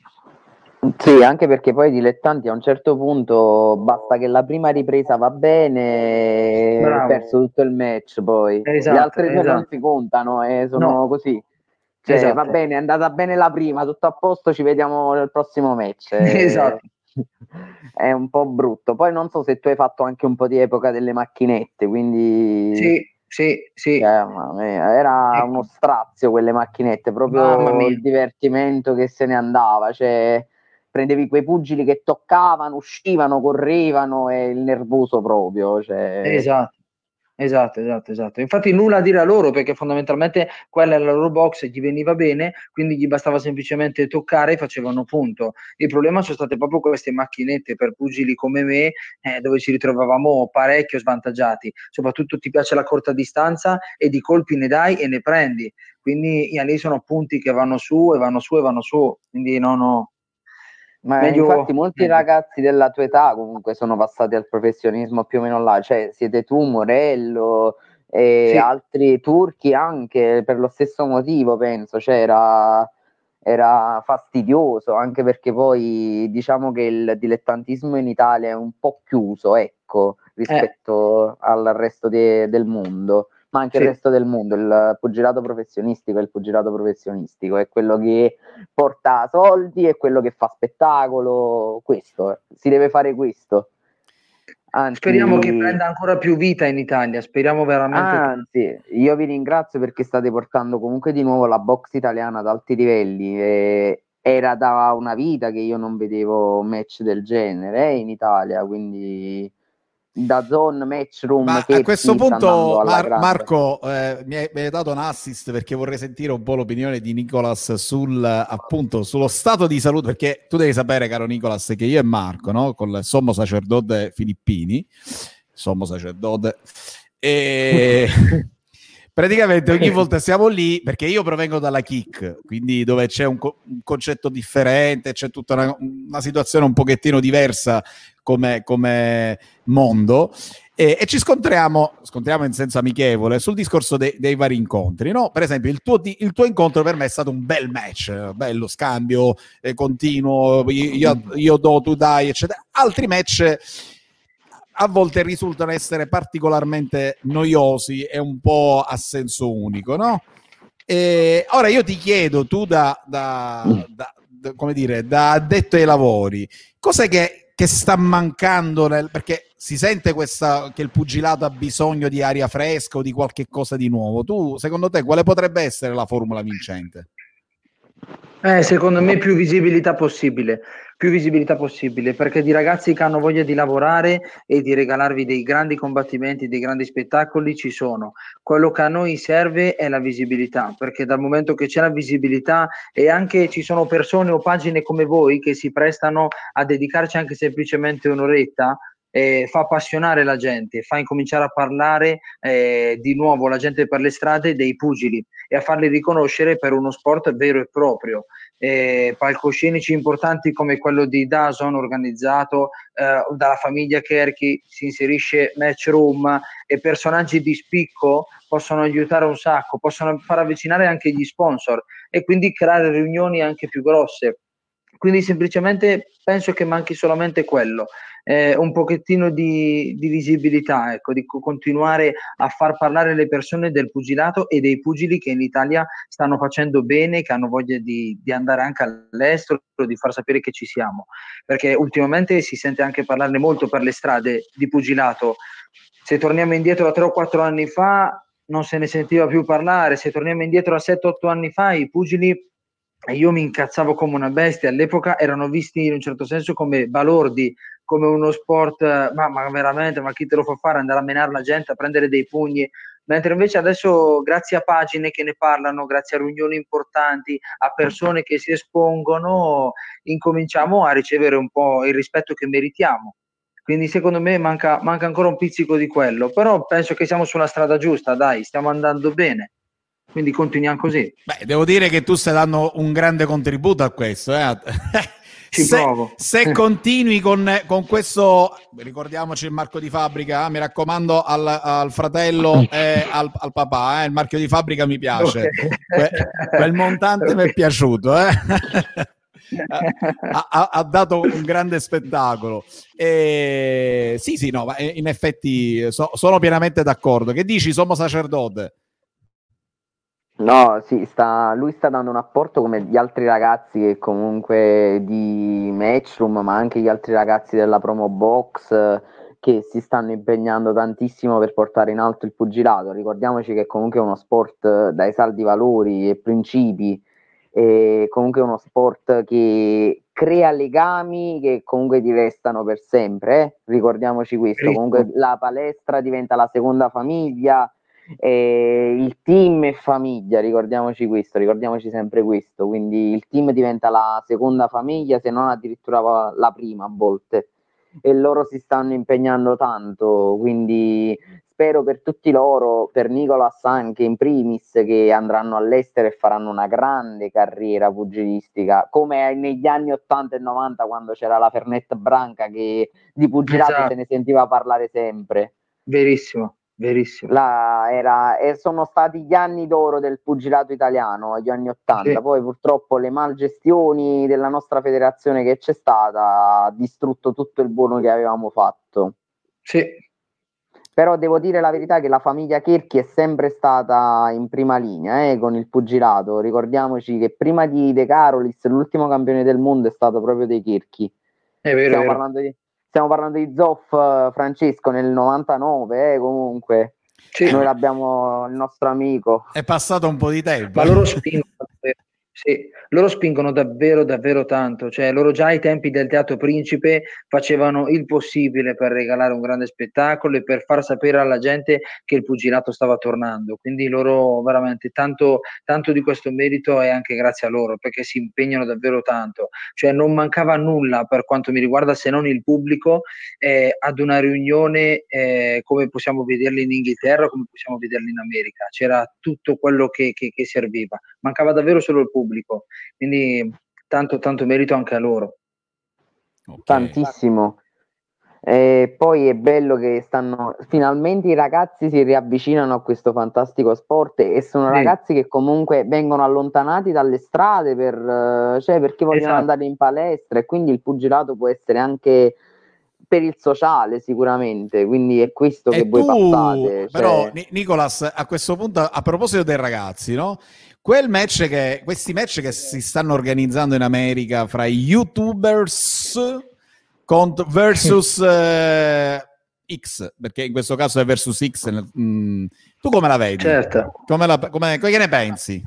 [SPEAKER 4] Sì, anche perché poi i dilettanti a un certo punto basta che la prima ripresa va bene, hai
[SPEAKER 3] Bravo.
[SPEAKER 4] perso tutto il match, poi
[SPEAKER 3] Esatto,
[SPEAKER 4] le altre due non
[SPEAKER 3] esatto.
[SPEAKER 4] si contano e sono
[SPEAKER 3] No.
[SPEAKER 4] così. Cioè,
[SPEAKER 3] Esatto.
[SPEAKER 4] va bene, è andata bene la prima, tutto a posto, ci vediamo nel prossimo match. E-
[SPEAKER 3] Esatto.
[SPEAKER 4] è un po' brutto. Poi non so se tu hai fatto anche un po' di epoca delle macchinette, quindi
[SPEAKER 3] Sì, sì, sì.
[SPEAKER 4] cioè, era
[SPEAKER 3] Ecco.
[SPEAKER 4] uno strazio quelle macchinette,
[SPEAKER 3] Mamma
[SPEAKER 4] proprio
[SPEAKER 3] mia.
[SPEAKER 4] il divertimento che se ne andava, cioè prendevi quei pugili che toccavano, uscivano, correvano e il nervoso proprio, cioè...
[SPEAKER 3] Esatto. Esatto, esatto, esatto. Infatti nulla a dire a loro perché fondamentalmente quella era la loro box e gli veniva bene, quindi gli bastava semplicemente toccare e facevano punto. Il problema sono state proprio queste macchinette per pugili come me, eh, dove ci ritrovavamo parecchio svantaggiati. Soprattutto ti piace la corta distanza e di colpi ne dai e ne prendi. Quindi yeah, lì sono punti che vanno su e vanno su e vanno su. Quindi no, no.
[SPEAKER 4] Ma infatti
[SPEAKER 3] Meglio,
[SPEAKER 4] molti
[SPEAKER 3] meglio.
[SPEAKER 4] ragazzi della tua età comunque sono passati al professionismo più o meno là, cioè siete tu, Morello e
[SPEAKER 3] Sì.
[SPEAKER 4] altri turchi anche per lo stesso motivo, penso, cioè era, era fastidioso, anche perché poi diciamo che il dilettantismo in Italia è un po' chiuso, ecco,
[SPEAKER 3] Eh,
[SPEAKER 4] rispetto al resto de- del mondo, ma anche il
[SPEAKER 3] sì.
[SPEAKER 4] resto del mondo, il pugilato professionistico è il pugilato professionistico, è quello che porta soldi, è quello che fa spettacolo, questo, si deve fare questo.
[SPEAKER 3] Speriamo che
[SPEAKER 4] Anzi,
[SPEAKER 3] prenda ancora più vita in Italia, speriamo veramente tanto.
[SPEAKER 4] anzi, io vi ringrazio perché state portando comunque di nuovo la box italiana ad alti livelli. E era da una vita che io non vedevo match del genere eh, in Italia, quindi da Zone, Matchroom,
[SPEAKER 2] Ma a questo
[SPEAKER 4] Kepsi sta andando
[SPEAKER 2] punto,
[SPEAKER 4] alla
[SPEAKER 2] Mar-
[SPEAKER 4] grande.
[SPEAKER 2] Marco, eh, mi, hai, mi hai dato un assist perché vorrei sentire un po' l'opinione di Nicolas sul, appunto, sullo stato di salute, perché tu devi sapere, caro Nicolas, che io e Marco, no, con il sommo sacerdote Filippini, sommo sacerdote, e praticamente ogni volta siamo lì, perché io provengo dalla kick, quindi dove c'è un, co- un concetto differente, c'è tutta una, una situazione un pochettino diversa come, come mondo. E, e ci scontriamo, scontriamo in senso amichevole sul discorso de, dei vari incontri, no? Per esempio il tuo, il tuo incontro per me è stato un bel match, bello scambio eh, continuo, io, io do, tu dai, eccetera. Altri match a volte risultano essere particolarmente noiosi e un po' a senso unico, no? E ora io ti chiedo, tu da, da, da, da come dire, da addetto ai lavori, cos'è che, che sta mancando nel, perché si sente questa, che il pugilato ha bisogno di aria fresca o di qualche cosa di nuovo. Tu, secondo te, quale potrebbe essere la formula vincente?
[SPEAKER 3] Eh, secondo me più visibilità possibile, più visibilità possibile, perché di ragazzi che hanno voglia di lavorare e di regalarvi dei grandi combattimenti, dei grandi spettacoli ci sono. Quello che a noi serve è la visibilità, perché dal momento che c'è la visibilità e anche ci sono persone o pagine come voi che si prestano a dedicarci anche semplicemente un'oretta, eh, fa appassionare la gente, fa incominciare a parlare eh, di nuovo la gente per le strade dei pugili e a farli riconoscere per uno sport vero e proprio. Eh, palcoscenici importanti come quello di Dazon organizzato eh, dalla famiglia Kerchi, si inserisce Matchroom e personaggi di spicco possono aiutare un sacco, possono far avvicinare anche gli sponsor e quindi creare riunioni anche più grosse. Quindi semplicemente penso che manchi solamente quello, eh, un pochettino di, di visibilità, ecco, di co- continuare a far parlare le persone del pugilato e dei pugili che in Italia stanno facendo bene, che hanno voglia di, di andare anche all'estero, di far sapere che ci siamo, perché ultimamente si sente anche parlarne molto per le strade di pugilato. Se torniamo indietro a tre o quattro anni fa non se ne sentiva più parlare, se torniamo indietro a sette otto anni fa i pugili, e io mi incazzavo come una bestia, all'epoca erano visti in un certo senso come balordi, come uno sport, ma, ma veramente, ma chi te lo fa fare, andare a menare la gente, a prendere dei pugni, mentre invece adesso grazie a pagine che ne parlano, grazie a riunioni importanti, a persone che si espongono, incominciamo a ricevere un po' il rispetto che meritiamo. Quindi secondo me manca, manca ancora un pizzico di quello, però penso che siamo sulla strada giusta, dai, stiamo andando bene, quindi continuiamo così.
[SPEAKER 2] Beh, devo dire che tu stai dando un grande contributo a questo. Eh?
[SPEAKER 3] Ci
[SPEAKER 2] Se,
[SPEAKER 3] provo.
[SPEAKER 2] se continui con, con questo, ricordiamoci il marchio di fabbrica, eh? Mi raccomando al, al fratello e al, al papà, eh? Il marchio di fabbrica mi piace,
[SPEAKER 3] Okay.
[SPEAKER 2] que, quel montante mi è
[SPEAKER 3] Okay.
[SPEAKER 2] piaciuto. Eh? ha, ha, ha dato un grande spettacolo. E, sì, sì, no, ma in effetti so, sono pienamente d'accordo. Che dici, sommo sacerdote?
[SPEAKER 4] No, sì, sta, lui sta dando un apporto come gli altri ragazzi che comunque di Matchroom, ma anche gli altri ragazzi della Promo Box eh, che si stanno impegnando tantissimo per portare in alto il pugilato. Ricordiamoci che comunque è uno sport eh, dai saldi valori e principi, e comunque è uno sport che crea legami che comunque ti restano per sempre, eh. Ricordiamoci questo, comunque la palestra diventa la seconda famiglia. E il team è famiglia, ricordiamoci questo, ricordiamoci sempre questo, quindi il team diventa la seconda famiglia, se non addirittura la prima a volte, e loro si stanno impegnando tanto, quindi spero per tutti loro, per Nicolas anche in primis, che andranno all'estero e faranno una grande carriera pugilistica, come negli anni ottanta e novanta quando c'era la Fernet Branca che di pugilato
[SPEAKER 3] Esatto.
[SPEAKER 4] se ne sentiva parlare sempre.
[SPEAKER 3] Verissimo. Verissimo.
[SPEAKER 4] Là era, e sono stati gli anni d'oro del pugilato italiano, gli anni ottanta. Sì. Poi purtroppo le malgestioni della nostra federazione che c'è stata ha distrutto tutto il buono che avevamo fatto.
[SPEAKER 3] Sì.
[SPEAKER 4] Però devo dire la verità che la famiglia Cherchi è sempre stata in prima linea eh, con il pugilato. Ricordiamoci che prima di De Carolis l'ultimo campione del mondo è stato proprio De Cherchi.
[SPEAKER 3] È vero,
[SPEAKER 4] Stiamo
[SPEAKER 3] è vero.
[SPEAKER 4] parlando di Stiamo parlando di Zoff Francesco nel novantanove, eh, comunque. Sì. Noi l'abbiamo, il nostro amico.
[SPEAKER 2] È passato un po' di tempo.
[SPEAKER 3] Ma loro spingono, sì, loro spingono davvero, davvero tanto. Cioè, loro già ai tempi del Teatro Principe facevano il possibile per regalare un grande spettacolo e per far sapere alla gente che il pugilato stava tornando. Quindi loro veramente tanto, tanto di questo merito è anche grazie a loro, perché si impegnano davvero tanto. Cioè, non mancava nulla per quanto mi riguarda, se non il pubblico eh, ad una riunione eh, come possiamo vederli in Inghilterra, come possiamo vederli in America. C'era tutto quello che, che, che serviva. Mancava davvero solo il pubblico, quindi tanto tanto merito anche a loro.
[SPEAKER 4] Okay. Tantissimo. E poi è bello che stanno finalmente i ragazzi si riavvicinano a questo fantastico sport e sono sì. ragazzi che comunque vengono allontanati dalle strade per, cioè perché vogliono esatto. andare in palestra, e quindi il pugilato può essere anche per il sociale sicuramente, quindi è questo
[SPEAKER 2] e
[SPEAKER 4] che
[SPEAKER 2] tu,
[SPEAKER 4] voi passate.
[SPEAKER 2] Però
[SPEAKER 4] cioè...
[SPEAKER 2] Nicolas, a questo punto, a proposito dei ragazzi, no? Quel match che, questi match che si stanno organizzando in America fra i YouTubers contro, versus eh, X, perché in questo caso è versus X, mm, tu come la vedi?
[SPEAKER 3] Certo.
[SPEAKER 2] Come la, come, che ne pensi?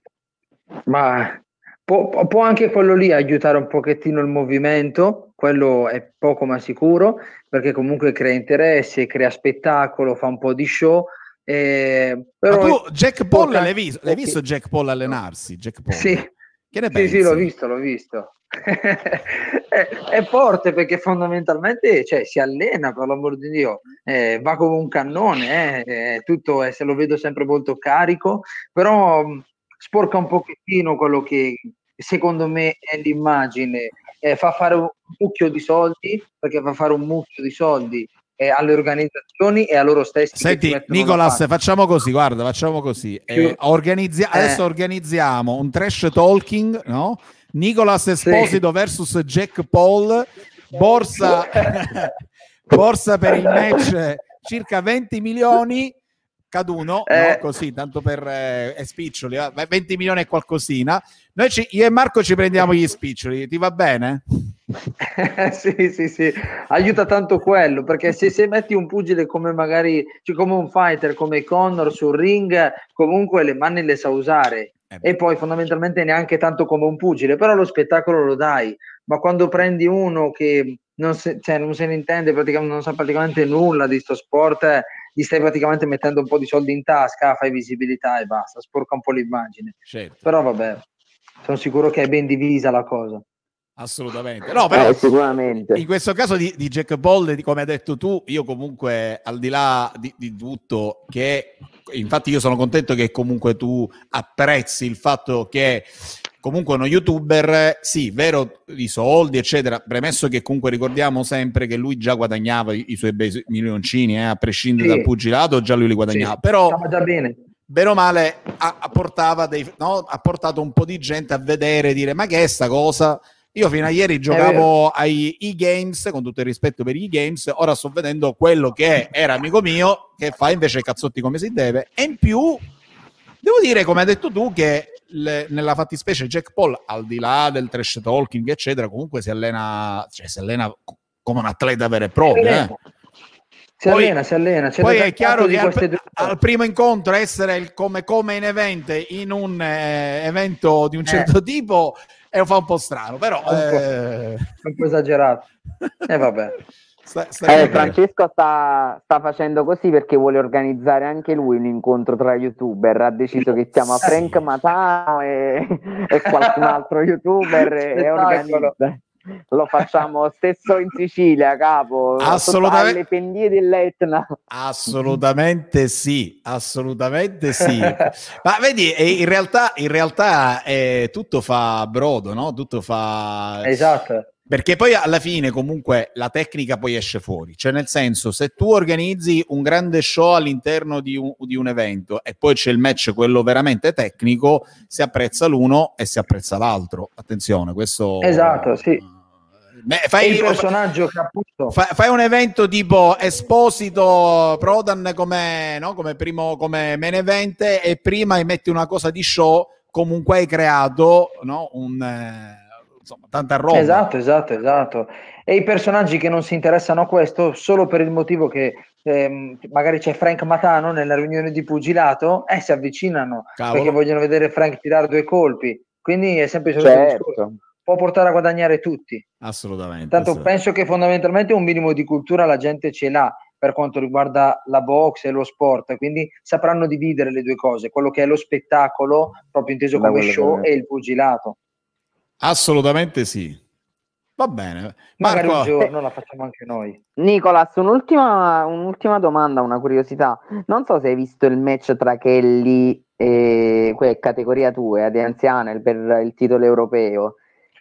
[SPEAKER 3] Ma può, può anche quello lì aiutare un pochettino il movimento, quello è poco ma sicuro, perché comunque crea interesse, crea spettacolo, fa un po' di show. Eh, però
[SPEAKER 2] ma tu Jack Paul l'hai visto? L'hai visto Jack Paul allenarsi? Jack Paul?
[SPEAKER 3] Sì,
[SPEAKER 2] che ne
[SPEAKER 3] sì,
[SPEAKER 2] pensi?
[SPEAKER 3] sì, l'ho visto, l'ho visto. è, è forte perché fondamentalmente cioè, si allena, per l'amor di Dio, eh, va come un cannone, eh, eh, tutto, eh, se lo vedo sempre molto carico, però mh, sporca un pochettino quello che secondo me è l'immagine, eh, fa fare un mucchio di soldi, perché fa fare un mucchio di soldi alle organizzazioni e a loro stessi.
[SPEAKER 2] Senti, Nicolas, facciamo così, guarda, facciamo così. Eh, organizzi- eh. Adesso organizziamo un trash talking, no? Nicolas Esposito sì. versus Jack Paul, borsa, borsa per il match circa venti milioni caduno, eh. no? Così, tanto per eh, spiccioli, eh? venti milioni e qualcosina. Noi ci, io e Marco ci prendiamo gli spiccioli, ti va bene?
[SPEAKER 3] sì, sì, sì, aiuta tanto quello, perché se, se metti un pugile come magari, cioè come un fighter come Connor sul ring, comunque le mani le sa usare, eh e poi fondamentalmente neanche tanto come un pugile, però lo spettacolo lo dai. Ma quando prendi uno che non se, cioè, non se ne intende, praticamente non sa praticamente nulla di sto sport, eh, gli stai praticamente mettendo un po' di soldi in tasca, fai visibilità e basta, sporca un po' l'immagine.
[SPEAKER 2] Certo.
[SPEAKER 3] Però vabbè, sono sicuro che è ben divisa la cosa.
[SPEAKER 2] Assolutamente, no, però
[SPEAKER 4] eh, sicuramente.
[SPEAKER 2] In questo caso di, di Jack Paul, come hai detto tu, io comunque al di là di, di tutto, che infatti io sono contento che comunque tu apprezzi il fatto che comunque uno youtuber, sì, vero, i soldi eccetera, premesso che comunque ricordiamo sempre che lui già guadagnava i, i suoi bei milioncini, eh, a prescindere sì. dal pugilato, già lui li guadagnava, sì. però
[SPEAKER 3] stava già bene.
[SPEAKER 2] Bene o male ha, ha, portava dei, no? ha portato un po' di gente a vedere, dire ma che è sta cosa? Io fino a ieri giocavo ai e-games, con tutto il rispetto per gli e-games, ora sto vedendo quello che era amico mio, che fa invece cazzotti come si deve, e in più Devo dire, come hai detto tu, che le, nella fattispecie Jack Paul, al di là del trash talking, eccetera, comunque si allena, cioè si allena come un atleta vero e proprio. Eh.
[SPEAKER 3] Si
[SPEAKER 2] poi,
[SPEAKER 3] allena, si allena. C'è
[SPEAKER 2] poi è chiaro che al,
[SPEAKER 3] due...
[SPEAKER 2] al primo incontro essere il come, come in evento in un eh, evento di un certo eh. tipo e fa un po' strano, però
[SPEAKER 3] un po',
[SPEAKER 2] eh...
[SPEAKER 3] un po' esagerato. E eh, vabbè.
[SPEAKER 4] Sta, sta eh, Francesco sta, sta facendo così perché vuole organizzare anche lui un incontro tra youtuber. Ha deciso che chiama sì. Frank Matano e, e qualcun altro youtuber e organizza. Lo facciamo stesso in Sicilia, capo.
[SPEAKER 2] Assolutamente.
[SPEAKER 4] Alle pendici dell'Etna.
[SPEAKER 2] Assolutamente sì, assolutamente sì. Ma vedi, in realtà, in realtà eh, tutto fa brodo, no? Tutto fa...
[SPEAKER 3] Esatto.
[SPEAKER 2] Perché poi alla fine comunque la tecnica poi esce fuori, cioè nel senso, se tu organizzi un grande show all'interno di un, di un evento e poi c'è il match, quello veramente tecnico, si apprezza l'uno e si apprezza l'altro. Attenzione, questo...
[SPEAKER 3] Esatto, sì.
[SPEAKER 2] Beh, fai,
[SPEAKER 3] il personaggio che appunto...
[SPEAKER 2] fai, fai un evento tipo Esposito Prodan come, no? come primo, come main event, e prima metti una cosa di show, comunque hai creato, no? un... Eh, insomma, tanta roba.
[SPEAKER 3] Esatto, esatto, esatto. E i personaggi che non si interessano a questo solo per il motivo che ehm, magari c'è Frank Matano nella riunione di pugilato, eh, si avvicinano. Cavolo. Perché vogliono vedere Frank tirare due colpi. Quindi è sempre il solito
[SPEAKER 4] certo.
[SPEAKER 3] discorso. Può portare a guadagnare tutti.
[SPEAKER 2] Assolutamente.
[SPEAKER 3] Tanto
[SPEAKER 2] assolutamente.
[SPEAKER 3] penso che fondamentalmente un minimo di cultura la gente ce l'ha per quanto riguarda la box e lo sport, quindi sapranno dividere le due cose, quello che è lo spettacolo, proprio inteso da come show, e il pugilato.
[SPEAKER 2] Assolutamente sì. Va bene.
[SPEAKER 3] Magari
[SPEAKER 2] Marco...
[SPEAKER 3] un giorno la facciamo anche noi.
[SPEAKER 4] Nicolas, un'ultima, un'ultima domanda, una curiosità. Non so se hai visto il match tra Kelly e que- categoria tua, di anziana, per il titolo europeo.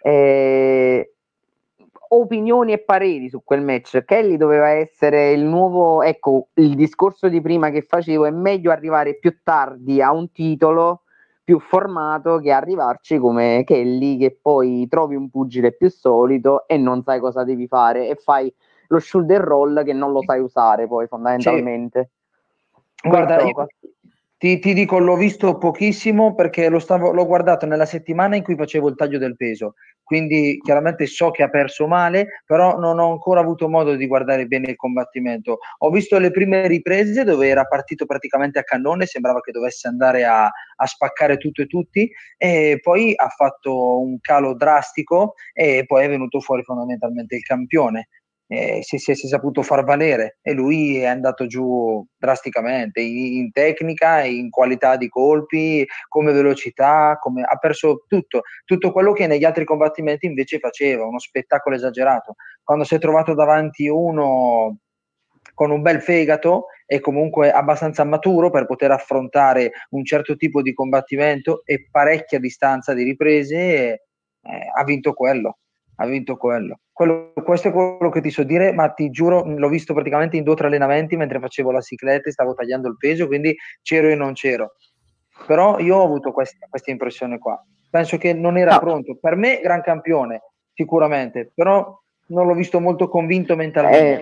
[SPEAKER 4] E... opinioni e pareri su quel match. Kelly doveva essere il nuovo, ecco, il discorso di prima che facevo, è meglio arrivare più tardi a un titolo più formato che arrivarci come Kelly, che poi trovi un pugile più solido e non sai cosa devi fare e fai lo shoulder roll che non lo sai usare poi fondamentalmente.
[SPEAKER 3] Sì. Guarda, io ti, ti dico, l'ho visto pochissimo perché lo stavo, l'ho guardato nella settimana in cui facevo il taglio del peso, quindi chiaramente so che ha perso male, però non ho ancora avuto modo di guardare bene il combattimento. Ho visto le prime riprese dove era partito praticamente a cannone, sembrava che dovesse andare a, a spaccare tutto e tutti, e poi ha fatto un calo drastico e poi è venuto fuori fondamentalmente il campione. Eh, si, si, si è saputo far valere e lui è andato giù drasticamente in, in tecnica, in qualità di colpi, come velocità, come, ha perso tutto, tutto quello che negli altri combattimenti invece faceva, uno spettacolo esagerato. Quando si è trovato davanti uno con un bel fegato e comunque abbastanza maturo per poter affrontare un certo tipo di combattimento e parecchia distanza di riprese, eh, ha vinto quello. Ha vinto quello. quello. Questo è quello che ti so dire, ma ti giuro, l'ho visto praticamente in due o tre allenamenti mentre facevo la cicletta e stavo tagliando il peso, quindi c'ero e non c'ero. Però io ho avuto questa, questa impressione qua. Penso che non era no. pronto. Per me, gran campione, sicuramente, però non l'ho visto molto convinto mentalmente.
[SPEAKER 4] Eh,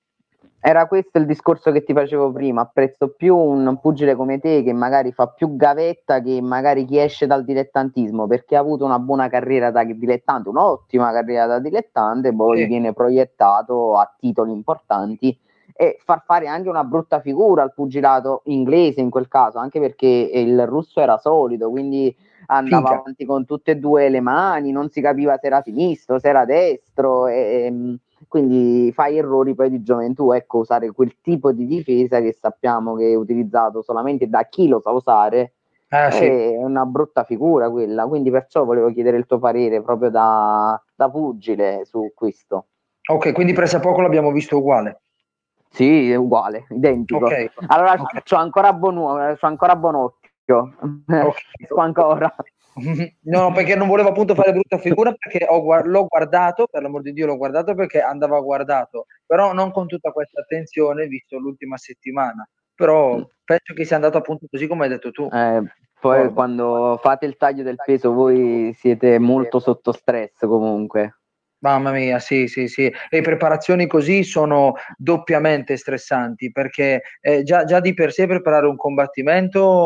[SPEAKER 4] era questo il discorso che ti facevo prima. Apprezzo più un pugile come te che magari fa più gavetta che magari chi esce dal dilettantismo, perché ha avuto una buona carriera da dilettante, un'ottima carriera da dilettante, poi sì. viene proiettato a titoli importanti e far fare anche una brutta figura al pugilato inglese in quel caso, anche perché il russo era solido, quindi andava Finca. avanti con tutte e due le mani, non si capiva se era sinistro, se era destro, e, quindi fai errori poi di gioventù. Ecco, usare quel tipo di difesa che sappiamo che è utilizzato solamente da chi lo sa usare ah, è sì. una brutta figura quella, quindi perciò volevo chiedere il tuo parere proprio da, da pugile su questo.
[SPEAKER 3] Ok, quindi presso a poco l'abbiamo visto uguale.
[SPEAKER 4] Sì, è uguale, identico. Okay. Allora okay. c'ho ancora buon c'ho ancora buon occhio. Okay. ancora.
[SPEAKER 3] No, perché non volevo appunto fare brutta figura, perché ho, l'ho guardato, per l'amor di Dio l'ho guardato perché andava guardato, però non con tutta questa attenzione visto l'ultima settimana. Però mm. penso che sia andato appunto così come hai detto tu.
[SPEAKER 4] Eh, poi Forza. Quando fate il taglio del peso voi siete molto sotto stress comunque.
[SPEAKER 3] Mamma mia, sì, sì, sì. Le preparazioni così sono doppiamente stressanti perché eh, già, già di per sé preparare un combattimento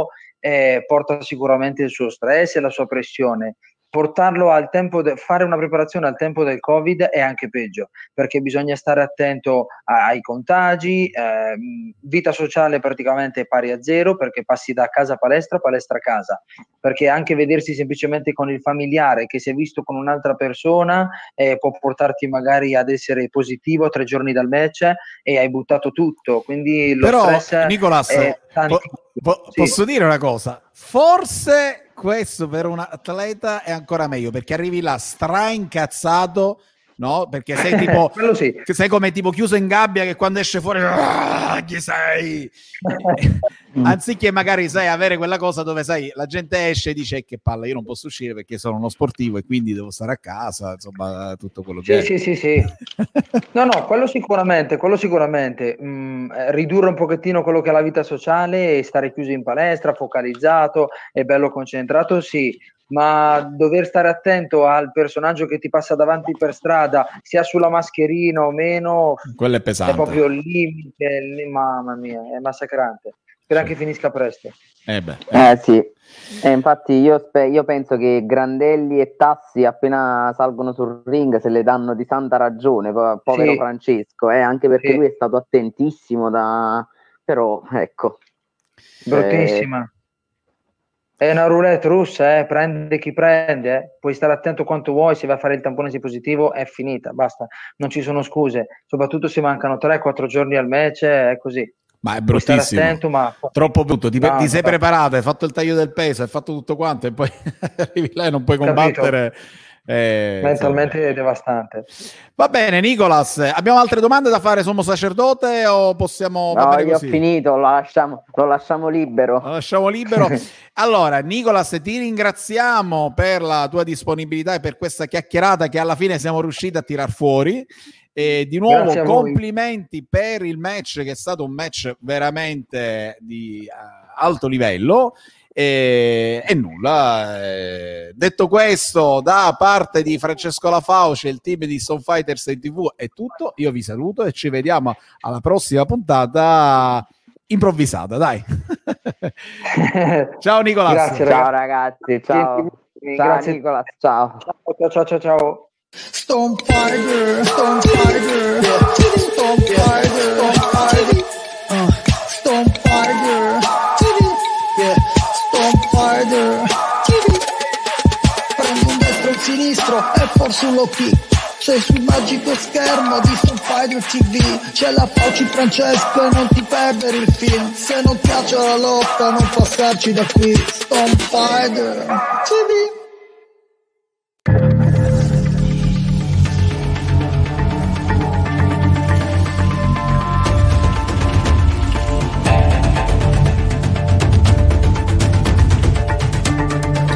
[SPEAKER 3] eh, porta sicuramente il suo stress e la sua pressione. Portarlo al tempo de- fare una preparazione al tempo del Covid è anche peggio, perché bisogna stare attento a- ai contagi, eh, vita sociale praticamente pari a zero, perché passi da casa a palestra, palestra a casa, perché anche vedersi semplicemente con il familiare che si è visto con un'altra persona eh, può portarti magari ad essere positivo tre giorni dal match e hai buttato tutto, quindi lo
[SPEAKER 2] Però,
[SPEAKER 3] stress
[SPEAKER 2] Nicolas,
[SPEAKER 3] è
[SPEAKER 2] po- po-
[SPEAKER 3] sì.
[SPEAKER 2] posso dire una cosa? Forse questo per un atleta è ancora meglio, perché arrivi là stra-incazzato, no? Perché sei tipo
[SPEAKER 3] sì.
[SPEAKER 2] sei come tipo chiuso in gabbia che quando esce fuori ah, chi sei? Anziché magari sai avere quella cosa dove sai la gente esce e dice che palle, io non posso uscire perché sono uno sportivo e quindi devo stare a casa, insomma tutto quello
[SPEAKER 3] sì,
[SPEAKER 2] che
[SPEAKER 3] sì, sì, sì. No, no, quello sicuramente, quello sicuramente mm, ridurre un pochettino quello che è la vita sociale e stare chiuso in palestra, focalizzato e bello concentrato, sì, ma dover stare attento al personaggio che ti passa davanti per strada, sia sulla mascherina o meno,
[SPEAKER 2] quello è pesante,
[SPEAKER 3] è proprio il limite, il- mamma mia, è massacrante. Spero
[SPEAKER 2] sì.
[SPEAKER 3] che finisca presto.
[SPEAKER 2] Eh, beh, eh.
[SPEAKER 4] eh sì, e infatti io, spe- io penso che Grandelli e Tassi appena salgono sul ring se le danno di santa ragione, po- povero
[SPEAKER 3] Sì.
[SPEAKER 4] Francesco, eh, anche perché
[SPEAKER 3] Sì.
[SPEAKER 4] lui è stato attentissimo da... però ecco.
[SPEAKER 3] Bruttissima. È una roulette russa, eh? Prende chi prende, eh? Puoi stare attento quanto vuoi, se vai a fare il tampone se positivo è finita, basta, non ci sono scuse, soprattutto se mancano tre quattro giorni al match, è così.
[SPEAKER 2] Ma è bruttissimo,
[SPEAKER 3] attento, ma...
[SPEAKER 2] troppo brutto, ti,
[SPEAKER 3] no,
[SPEAKER 2] ti sei
[SPEAKER 3] no,
[SPEAKER 2] preparato, hai fatto il taglio del peso, hai fatto tutto quanto e poi arrivi là e non puoi combattere. Eh,
[SPEAKER 3] mentalmente
[SPEAKER 2] insomma.
[SPEAKER 3] è devastante.
[SPEAKER 2] Va bene, Nicolas, abbiamo altre domande da fare sommo sacerdote o possiamo...
[SPEAKER 4] No,
[SPEAKER 2] va bene
[SPEAKER 4] io
[SPEAKER 2] così?
[SPEAKER 4] ho finito, lo lasciamo, lo lasciamo libero.
[SPEAKER 2] Lo lasciamo libero. Allora, Nicolas, ti ringraziamo per la tua disponibilità e per questa chiacchierata che alla fine siamo riusciti a tirar fuori. E di nuovo complimenti per il match, che è stato un match veramente di uh, alto livello. E, e nulla, eh, detto questo, da parte di Francesco Lafauce e il team di Stone Fighters in tivù è tutto. Io vi saluto e ci vediamo alla prossima puntata improvvisata, dai. Ciao Nicolas.
[SPEAKER 3] Grazie,
[SPEAKER 4] ciao ragazzi, ciao, ciao
[SPEAKER 3] grazie.
[SPEAKER 4] Nicolas, ciao.
[SPEAKER 3] Ciao ciao ciao ciao.
[SPEAKER 1] Stone Fighter, Stone Fighter, Stone Fighter, Stone Fighter, uh, Stone Fighter, yeah, Stone Fighter, prendi un destro e un sinistro e forse un low kick. Sei sul magico schermo di Stone Fighter T V, c'è la Fauci Francesco e non ti perdere il film. Se non piace la lotta non passarci da qui. Stone Fighter T V.